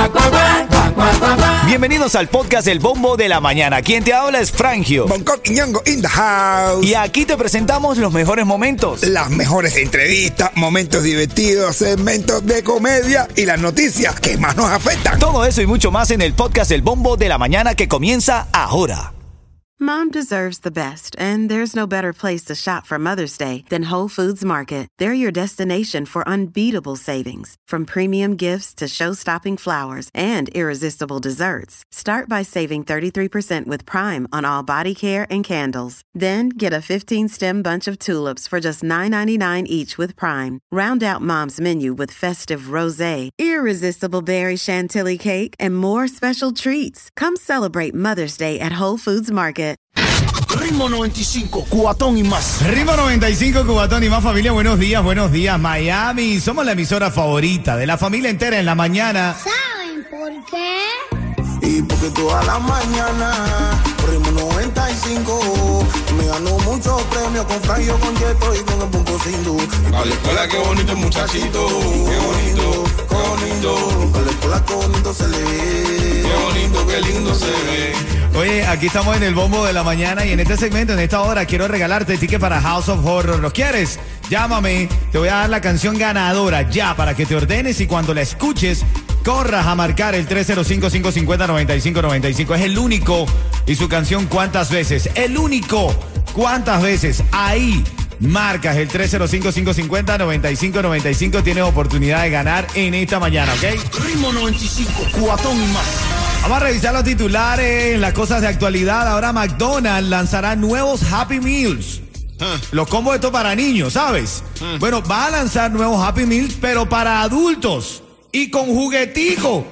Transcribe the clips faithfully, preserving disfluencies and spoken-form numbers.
Bienvenidos al podcast El Bombo de la Mañana. Quien te habla es Frangio. Bangkok y Ñongo in the house. Y aquí te presentamos los mejores momentos. Las mejores entrevistas, momentos divertidos, segmentos de comedia y las noticias que más nos afectan. Todo eso y mucho más en el podcast El Bombo de la Mañana que comienza ahora. Mom deserves the best, and there's no better place to shop for Mother's Day than Whole Foods Market. They're your destination for unbeatable savings, from premium gifts to show-stopping flowers and irresistible desserts. Start by saving thirty-three percent with Prime on all body care and candles. Then get a fifteen-stem bunch of tulips for just nine ninety-nine each with Prime. Round out Mom's menu with festive rosé, irresistible berry chantilly cake, and more special treats. Come celebrate Mother's Day at Whole Foods Market. Ritmo noventa y cinco, Cubatón y más. Ritmo noventa y cinco, Cubatón y más, familia. Buenos días, buenos días, Miami. Somos la emisora favorita de la familia entera en la mañana. ¿Saben por qué? Y porque toda la mañana, Ritmo noventa y cinco, me ganó muchos premios con Frangio, con Yeto y con el Punto Sindu. A la escuela, qué bonito el muchachito, qué bonito, qué bonito. A la escuela, qué bonito se le ve, qué bonito, qué lindo se ve. Oye, aquí estamos en el Bombo de la Mañana y en este segmento, en esta hora, quiero regalarte ticket para House of Horror. ¿Los quieres? Llámame, te voy a dar la canción ganadora ya para que te ordenes y cuando la escuches, corras a marcar el tres cero cinco, cinco cinco cero, nueve cinco nueve cinco. Es el único. Y su canción, ¿cuántas veces? El único. ¿Cuántas veces? Ahí marcas el tres cero cinco, cinco cinco cero, nueve cinco nueve cinco. Tienes oportunidad de ganar en esta mañana, ¿ok? Ritmo noventa y cinco, Cubatón y más. Vamos a revisar los titulares, las cosas de actualidad. Ahora McDonald's lanzará nuevos Happy Meals. Huh. Los combos estos para niños, ¿sabes? Huh. Bueno, va a lanzar nuevos Happy Meals, pero para adultos y con juguetico.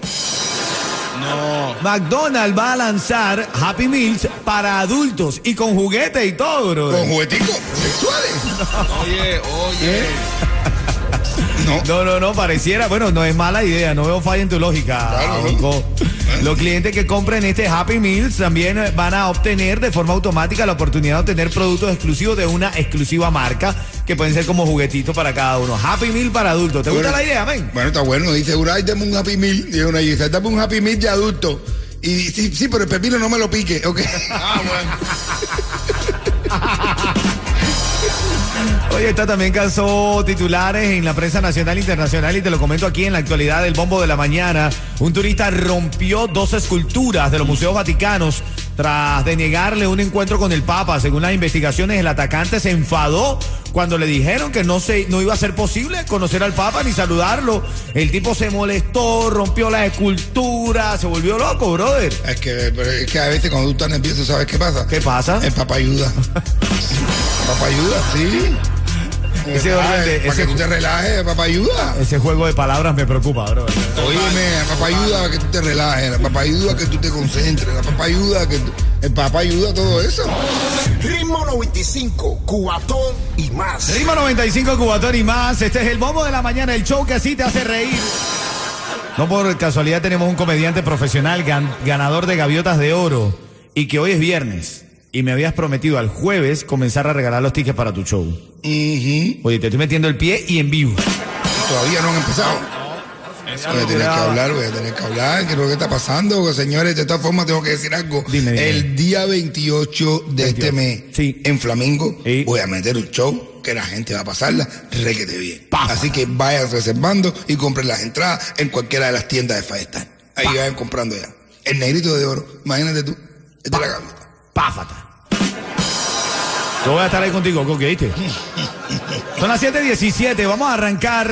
No. McDonald's va a lanzar Happy Meals para adultos y con juguete y todo, bro. ¿Con jugueticos sexuales? No. Oye, oye. ¿Eh? No. no, no, no, pareciera, bueno, no es mala idea, no veo falla en tu lógica. Claro, ¿no? Los clientes que compren este Happy Meals también van a obtener de forma automática la oportunidad de obtener productos exclusivos de una exclusiva marca, que pueden ser como juguetitos para cada uno. Happy Meal para adultos. ¿Te bueno, gusta la idea, men? Bueno, está bueno. Dice, Uray, dame un Happy Meal. Dice una dice, dame un Happy Meal de adulto. Y sí, sí, pero el pepino no me lo pique, ¿ok? Ah, bueno. Oye, esta también causó titulares en la prensa nacional e internacional y te lo comento aquí en la actualidad del Bombo de la Mañana. Un turista rompió dos esculturas de los museos vaticanos tras denegarle un encuentro con el Papa. Según las investigaciones, el atacante se enfadó cuando le dijeron que no, se, no iba a ser posible conocer al Papa ni saludarlo. El tipo se molestó, rompió la escultura, se volvió loco, brother. Es que, es que a veces cuando tú estás nervioso, ¿sabes qué pasa? ¿Qué pasa? El Papa ayuda. Papá ayuda, sí. Ese orden de, para ese, que tú te relajes, papá ayuda. Ese juego de palabras me preocupa, bro. Oíme, papá ayuda a que tú te relajes, papá ayuda a que tú te concentres, papá ayuda a que tú, el papá ayuda a todo eso. Ritmo noventa y cinco, Cubatón y más. Ritmo noventa y cinco, Cubatón y más. Este es el Bombo de la Mañana, el show que así te hace reír. No por casualidad tenemos un comediante profesional gan, ganador de Gaviotas de Oro y que hoy es viernes. Y me habías prometido al jueves comenzar a regalar los tickets para tu show. Uh-huh. Oye, te estoy metiendo el pie y en vivo. Todavía no han empezado. Voy a tener que hablar, voy a tener que hablar. ¿Qué es lo que está pasando? Señores, de todas formas tengo que decir algo. Dime, dime. El día veintiocho de veintiocho este mes, sí, en Flamingo, sí, voy a meter un show que la gente va a pasarla requete bien. Pafa. Así que vayan reservando y compren las entradas en cualquiera de las tiendas de Faestan. Ahí pa. Vayan comprando ya. El negrito de oro, imagínate tú. Esta es la gaveta. Páfata. Yo voy a estar ahí contigo, Coqui, ¿viste? Son las siete diecisiete, vamos a arrancar.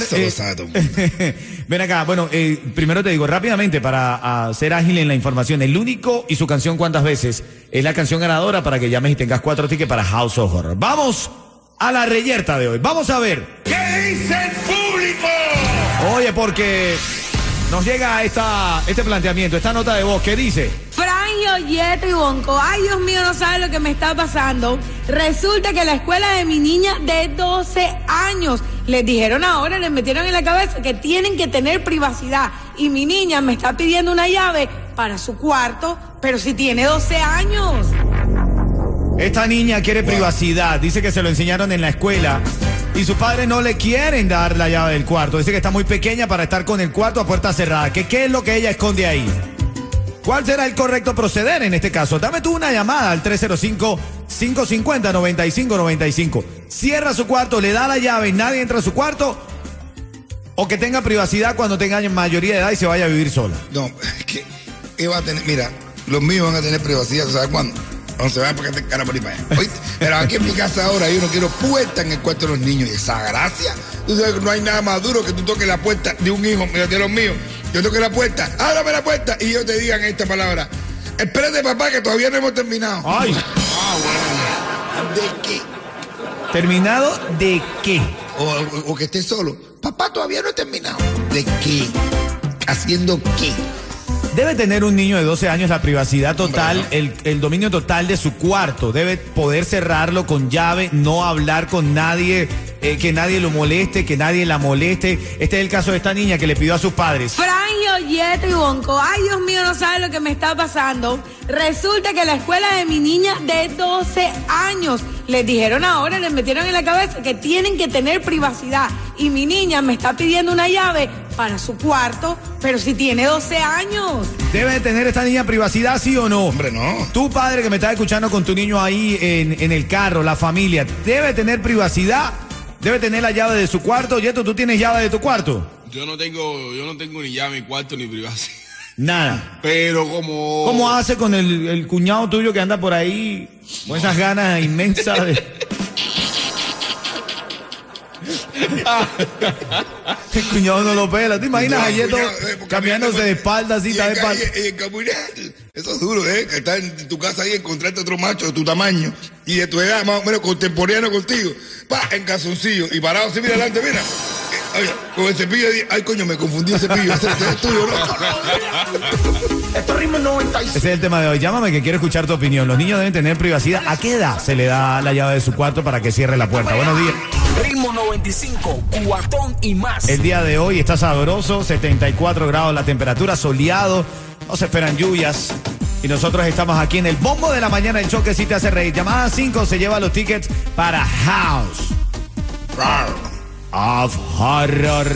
Eh, ven acá, bueno, eh, primero te digo rápidamente para uh, ser ágil en la información. El único y su canción ¿cuántas veces? Es la canción ganadora para que llames y tengas cuatro tickets para House of Horror. Vamos a la reyerta de hoy. Vamos a ver. ¿Qué dice el público? Oye, porque nos llega esta, este planteamiento, esta nota de voz que dice: Frangio, Yeto y Bonco, ay Dios mío, no sabe lo que me está pasando. Resulta que la escuela de mi niña de doce años, les dijeron ahora, les metieron en la cabeza que tienen que tener privacidad. Y mi niña me está pidiendo una llave para su cuarto, pero si tiene doce años. Esta niña quiere wow. privacidad. Dice que se lo enseñaron en la escuela. Y sus padres no le quieren dar la llave del cuarto. Dice que está muy pequeña para estar con el cuarto a puerta cerrada. ¿Qué, qué es lo que ella esconde ahí? ¿Cuál será el correcto proceder en este caso? Dame tú una llamada al tres cero cinco, cinco cinco cero, nueve cinco nueve cinco. Cierra su cuarto, le da la llave y nadie entra a su cuarto. O que tenga privacidad cuando tenga mayoría de edad y se vaya a vivir sola. No, es que ¿qué va a tener? Mira, los míos van a tener privacidad, ¿sabes cuándo? Cuando se vayan porque te cara por ahí para allá. ¿Oíste? Pero aquí en mi casa ahora yo no quiero puerta en el cuarto de los niños. Y esa gracia, tú sabes que no hay nada más duro que tú toques la puerta de un hijo de los míos. Yo toque la puerta, ábrame la puerta y ellos te digan esta palabra. Espérate, papá, que todavía no hemos terminado. Ay. Ah, bueno. ¿De qué? ¿Terminado de qué? O, o, o que esté solo. Papá, todavía no he terminado. ¿De qué? ¿Haciendo qué? Debe tener un niño de doce años la privacidad total, bueno. el, el dominio total de su cuarto. Debe poder cerrarlo con llave, no hablar con nadie, eh, que nadie lo moleste, que nadie la moleste. Este es el caso de esta niña que le pidió a sus padres. Frangio, Yeto y Bonco, ay Dios mío, no sabe lo que me está pasando. Resulta que la escuela de mi niña de doce años, les dijeron ahora, les metieron en la cabeza que tienen que tener privacidad. Y mi niña me está pidiendo una llave para su cuarto, pero si tiene doce años. ¿Debe tener esta niña privacidad, sí o no? Hombre, no. Tu padre que me está escuchando con tu niño ahí en, en el carro, la familia, ¿debe tener privacidad? ¿Debe tener la llave de su cuarto? Yeto, ¿tú tienes llave de tu cuarto? Yo no tengo, yo no tengo ni llave de mi cuarto ni privacidad. Nada. Pero como... ¿Cómo hace con el, el cuñado tuyo que anda por ahí con esas ganas inmensas de... El cuñado no lo pela. ¿Te imaginas a Yeto cambiándose de espalda así? Y de espalda? Eso es duro, ¿eh? Que estar en tu casa ahí, encontrarte otro macho de tu tamaño y de tu edad, más o menos contemporáneo contigo. Pa, en calzoncillo y parado así, mira adelante, mira. Oye, con el cepillo, ay coño, me confundí el cepillo, ese, ese es tuyo, ¿no? Esto ritmo noventa y cinco. Ese es el tema de hoy. Llámame que quiero escuchar tu opinión. Los niños deben tener privacidad. ¿A qué edad se le da la llave de su cuarto para que cierre la puerta? Buenos días. Ritmo noventa y cinco, Cubatón y más. El día de hoy está sabroso, setenta y cuatro grados la temperatura, soleado, no se esperan lluvias. Y nosotros estamos aquí en el bombo de la mañana, el show que sí te hace reír. Llamada cinco se lleva los tickets para House of Horror.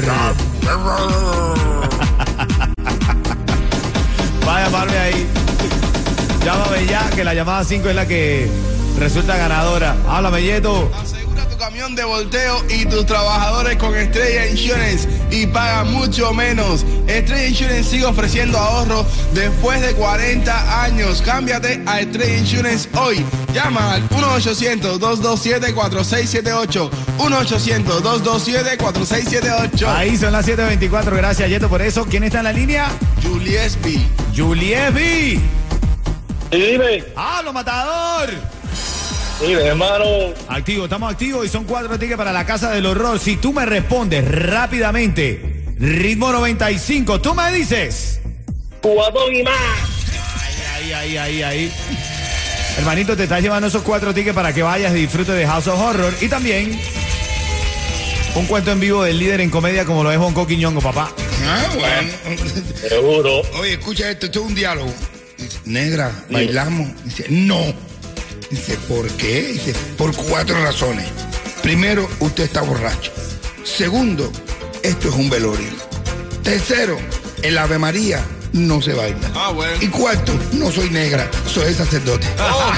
Vaya, llamarme ahí. Llámame ya, que la llamada cinco es la que resulta ganadora. Háblame, Yeto. Asegura tu camión de volteo y tus trabajadores con Estrella Insurance y paga mucho menos. Estrella Insurance sigue ofreciendo ahorro después de cuarenta años. Cámbiate a Estrella Insurance hoy. Llama al uno ochocientos, dos dos siete, cuatro seis siete ocho. uno ochocientos, dos dos siete, cuatro seis siete ocho. Ahí son las siete veinticuatro. Gracias, Yeto, por eso. ¿Quién está en la línea? Juliesby. Juliesby. Sí, dime. ¡Hablo, matador! Dime, hermano. Activo, estamos activos y son cuatro tickets para la Casa del Horror. Si tú me respondes rápidamente, ritmo noventa y cinco, tú me dices... Cubatón y más. Ahí, ahí, ahí, ahí. Hermanito, te estás llevando esos cuatro tickets para que vayas y disfrutes de House of Horror. Y también un cuento en vivo del líder en comedia como lo es Bonco Quiñongo, papá. Ah, bueno. Seguro. Oye, escucha esto, esto es un diálogo. Dice, negra, bailamos. Dice, no. Dice, ¿por qué? Dice, por cuatro razones. Primero, usted está borracho. Segundo, esto es un velorio. Tercero, el Ave María no se baila. Ah, bueno. Y cuarto, no soy negra, soy sacerdote. Oh.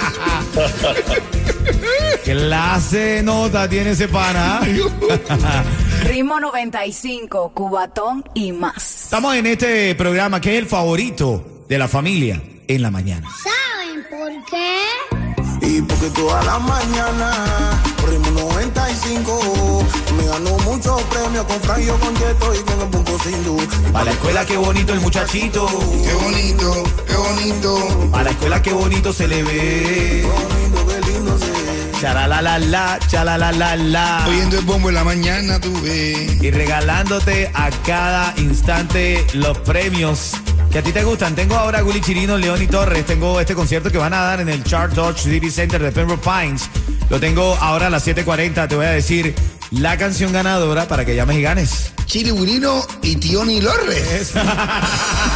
Clase nota tiene ese pana. Ritmo noventa y cinco, Cubatón y más. Estamos en este programa que es el favorito de la familia en la mañana. ¿Saben por qué? Y porque toda la mañana, Ritmo noventa y cinco, me ganó muchos premios con Frangio, con Yeto y con el Punto Sindu. Para la escuela, qué bonito el muchachito. Qué bonito, qué bonito. Para la escuela, qué bonito se le ve. Qué bonito, qué lindo se ve. Chalalalala, chalalalala. Oyendo el bombo en la mañana, tú ves. Y regalándote a cada instante los premios que a ti te gustan. Tengo ahora a Willy Chirino, León y Torres. Tengo este concierto que van a dar en el Chart Touch City Center de Pembroke Pines. Lo tengo ahora a las siete cuarenta. Te voy a decir la canción ganadora para que llames y ganes. Chili Wirino y Tioni Lorres.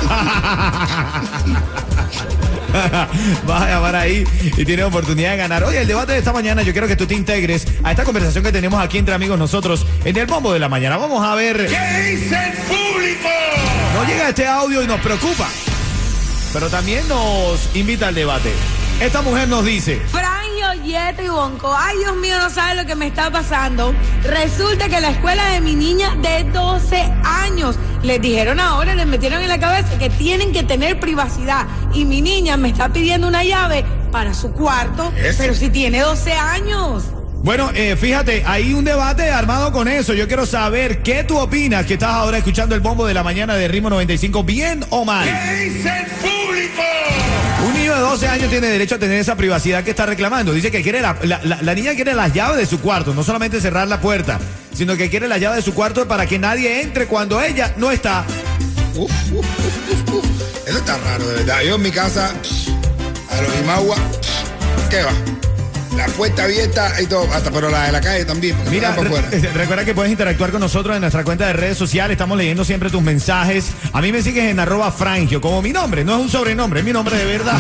Vas a llamar ahí y tienes oportunidad de ganar. Oye, el debate de esta mañana, yo quiero que tú te integres a esta conversación que tenemos aquí entre amigos nosotros en el bombo de la mañana. Vamos a ver ¿qué dice el público? Nos llega este audio y nos preocupa, pero también nos invita al debate. Esta mujer nos dice: Frangio, Yeto y Bonco, ay Dios mío, no sabe lo que me está pasando. Resulta que la escuela de mi niña de doce años, les dijeron ahora, les metieron en la cabeza que tienen que tener privacidad. Y mi niña me está pidiendo una llave para su cuarto, ¿eso? Pero si tiene doce años. Bueno, eh, fíjate, hay un debate armado con eso. Yo quiero saber qué tú opinas, que estás ahora escuchando el bombo de la mañana de Ritmo noventa y cinco, ¿bien o mal? ¿Qué dice el público? Un niño de doce años tiene derecho a tener esa privacidad que está reclamando. Dice que quiere la, la, la, la niña quiere las llaves de su cuarto, no solamente cerrar la puerta, sino que quiere las llaves de su cuarto para que nadie entre cuando ella no está. Uf, uf, uf, uf. Eso está raro, de verdad. Yo en mi casa, a los Imagua, ¿qué va? La puerta abierta y todo, hasta pero la de la calle también. Mira, re recuerda que puedes interactuar con nosotros en nuestra cuenta de redes sociales. Estamos leyendo siempre tus mensajes. A mí me sigues en arroba Frangio, como mi nombre. No es un sobrenombre, es mi nombre de verdad.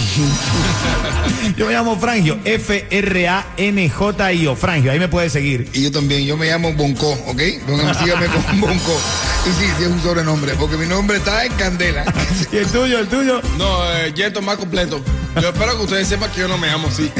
Yo me llamo Frangio, F R A N J I O, Frangio, ahí me puedes seguir. Y yo también, yo me llamo Bonco, ¿ok? Sígame con Bonco. Y sí, sí es un sobrenombre, porque mi nombre está en candela. ¿Y el tuyo, el tuyo? No, eh, Yeto es más completo. Yo espero que ustedes sepan que yo no me llamo así.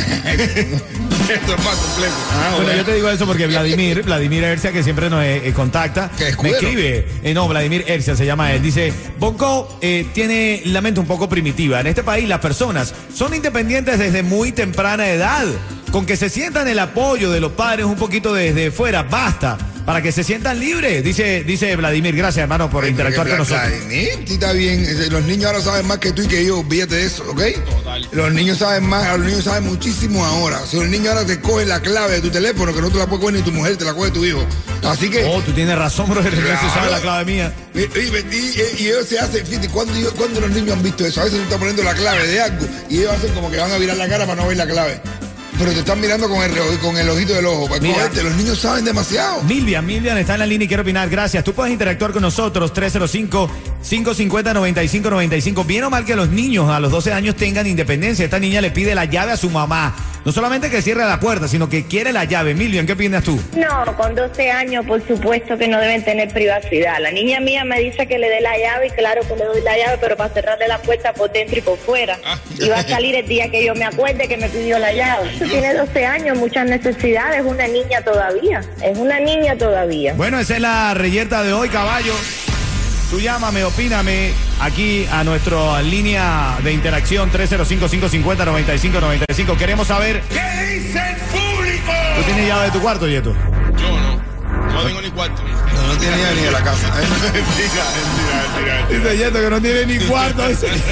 Esto es más completo. Ah, bueno, bueno, yo te digo eso porque Vladimir, Vladimir Ercia, que siempre nos eh, contacta, me escribe, eh, no, Vladimir Ercia se llama él, dice: Bonco eh, tiene la mente un poco primitiva. En este país las personas son independientes desde muy temprana edad. Con que se sientan el apoyo de los padres un poquito desde fuera, basta, para que se sientan libres, dice, dice Vladimir. Gracias, hermano, por Ay, interactuar con nosotros. Vladimir, sí, está bien. Los niños ahora saben más que tú y que yo, olvídate de eso, ¿ok? Total. Los niños saben más, los niños saben muchísimo ahora. Si los niños ahora te cogen la clave de tu teléfono, que no te la puede coger ni tu mujer, te la coge tu hijo. Así que... Oh, tú tienes razón, bro, claro. Se sabe la clave mía. Y, y, y, y ellos se hacen, fíjate, ¿cuándo, ¿cuándo los niños han visto eso? A veces tú estás poniendo la clave de algo y ellos hacen como que van a virar la cara para no ver la clave. Pero te están mirando con el, con el ojito del ojo. Para cogerte. Los niños saben demasiado. Milvian, Milvian está en la línea y quiere opinar. Gracias. Tú puedes interactuar con nosotros. tres cero cinco, cinco cinco cero, nueve cinco nueve cinco. Bien o mal que los niños a los doce años tengan independencia. Esta niña le pide la llave a su mamá. No solamente que cierre la puerta, sino que quiere la llave. Milvian, ¿qué opinas tú? No, con doce años, por supuesto que no deben tener privacidad. La niña mía me dice que le dé la llave y claro que le doy la llave, pero para cerrarle la puerta por dentro y por fuera. Y va a salir el día que yo me acuerde que me pidió la llave. Tiene doce años, muchas necesidades, es una niña todavía. Es una niña todavía. Bueno, esa es la reyerta de hoy, caballo. Tú llámame, opíname aquí a nuestra línea de interacción tres cero cinco, cinco cinco cero, nueve cinco nueve cinco. Queremos saber... ¿Qué dice el público? ¿Tú tienes llave de tu cuarto, Yeto? Yo no. No tengo ni cuarto. No, no tiene llave ni de la casa. mentira, mentira, mentira. Dice Yeto que no tiene ni cuarto.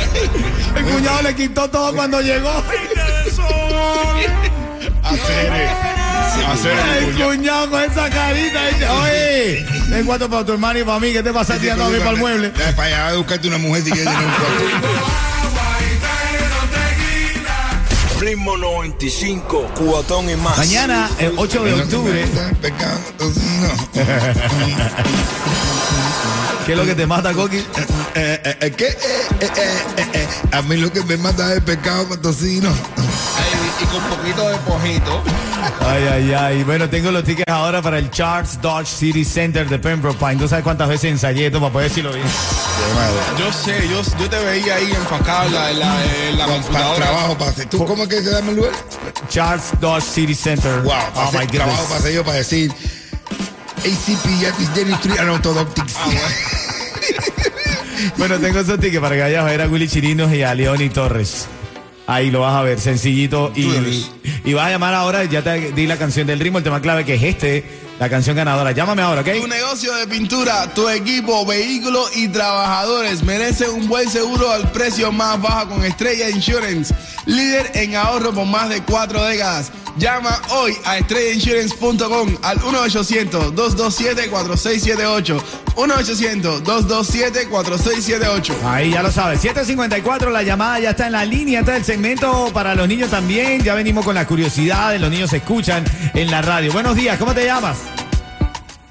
El cuñado le quitó todo cuando llegó. Hacer Hacer el cuñado con esa carita. Dice, oye, ten cuarto para tu hermano y para mí. ¿Qué te pasa tirando a mí para el mueble? Ya, para allá, a buscarte una mujer si quieres tener un cuarto. Ritmo noventa y cinco, cubatón y más. Mañana, el ocho de octubre. ¿Qué es lo que te mata, Coqui? Eh, eh, eh, ¿Qué? Eh, eh, eh, eh, a mí lo que me mata es el pescado con tocino. Ay, y con poquito de pojito. Ay, ay, ay. Bueno, tengo los tickets ahora para el Charles Dodge City Center de Pembroke Pines. ¿Tú sabes cuántas veces ensayé esto para poder decirlo bien? Yo sé, yo, yo te veía ahí enfocado en la, en la, en la computadora. Trabajo para hacer. ¿Tú cómo es que se llama el lugar? Charles Dodge City Center. Wow, oh hacer, my goodness. Trabajo para hacer yo para decir A C P, Yatis, Jerry Street, and Orthodontics. Ah, bueno. Bueno, tengo esos tickets para que vayas a ver a Willy Chirinos y a Leoni Torres. Ahí lo vas a ver, sencillito. Y, y vas a llamar ahora, ya te di la canción del ritmo, el tema clave que es este, la canción ganadora. Llámame ahora, ¿ok? Tu negocio de pintura, tu equipo, vehículos y trabajadores merece un buen seguro al precio más bajo con Estrella Insurance, líder en ahorro por más de cuatro décadas. Llama hoy a estrella insurance punto com al uno ochocientos, dos dos siete, cuatro seis siete ocho. uno ochocientos, dos dos siete, cuatro seis siete ocho. Ahí ya lo sabes. siete cincuenta y cuatro, la llamada ya está en la línea. Está el segmento para los niños también. Ya venimos con las curiosidades. Los niños se escuchan en la radio. Buenos días, ¿cómo te llamas?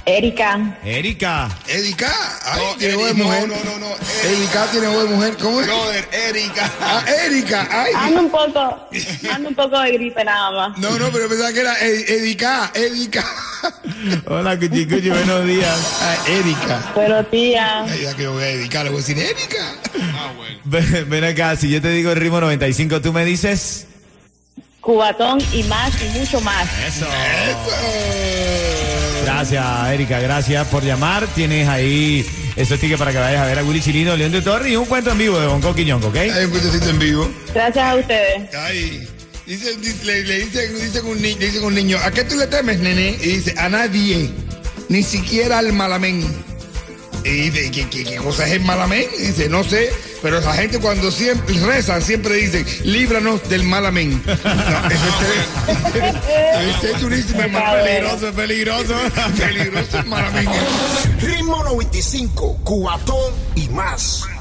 Erika. Erika. Erika. Ay, No, tiene Eri- voz de no, mujer. no, no, no, Erika tiene voz de mujer. ¿Cómo es? Brother, Erika. Ah, Erika. Ay. Ando un poco, ando un poco de gripe nada más. No, no, pero pensaba que era Ed- Erika. Erika. Hola, Cuchi Cuchi, buenos días. Ah, Erika. Buenos días. Ay, ya que yo voy a dedicar, le voy a decir Erika. Ah, bueno. Ven, ven acá, si yo te digo el ritmo noventa y cinco, tú me dices. Cubatón y más y mucho más. Eso. Eso. Gracias, Erika, gracias por llamar. Tienes ahí esos tickets para que vayas a ver a Willy Chilino, León de Torre y un cuento en vivo de Bonco Quiñonco, ¿ok? Hay un cuentecito en vivo. Gracias a ustedes. Ay. Dice, dice- le, le dicen, dicen un ni- le dicen a un niño, ¿a qué tú le temes, nene? Y dice, a nadie, ni siquiera al malamén. Y dice, ¿qué, qué, qué cosa es el malamén? Y dice, no sé, pero esa gente cuando siempre rezan, siempre dicen, líbranos del malamén. No, ese es, ese es durísimo, hermano. Peligroso, es peligroso. Peligroso el malamén. Ritmo noventa y cinco, Cubatón y más.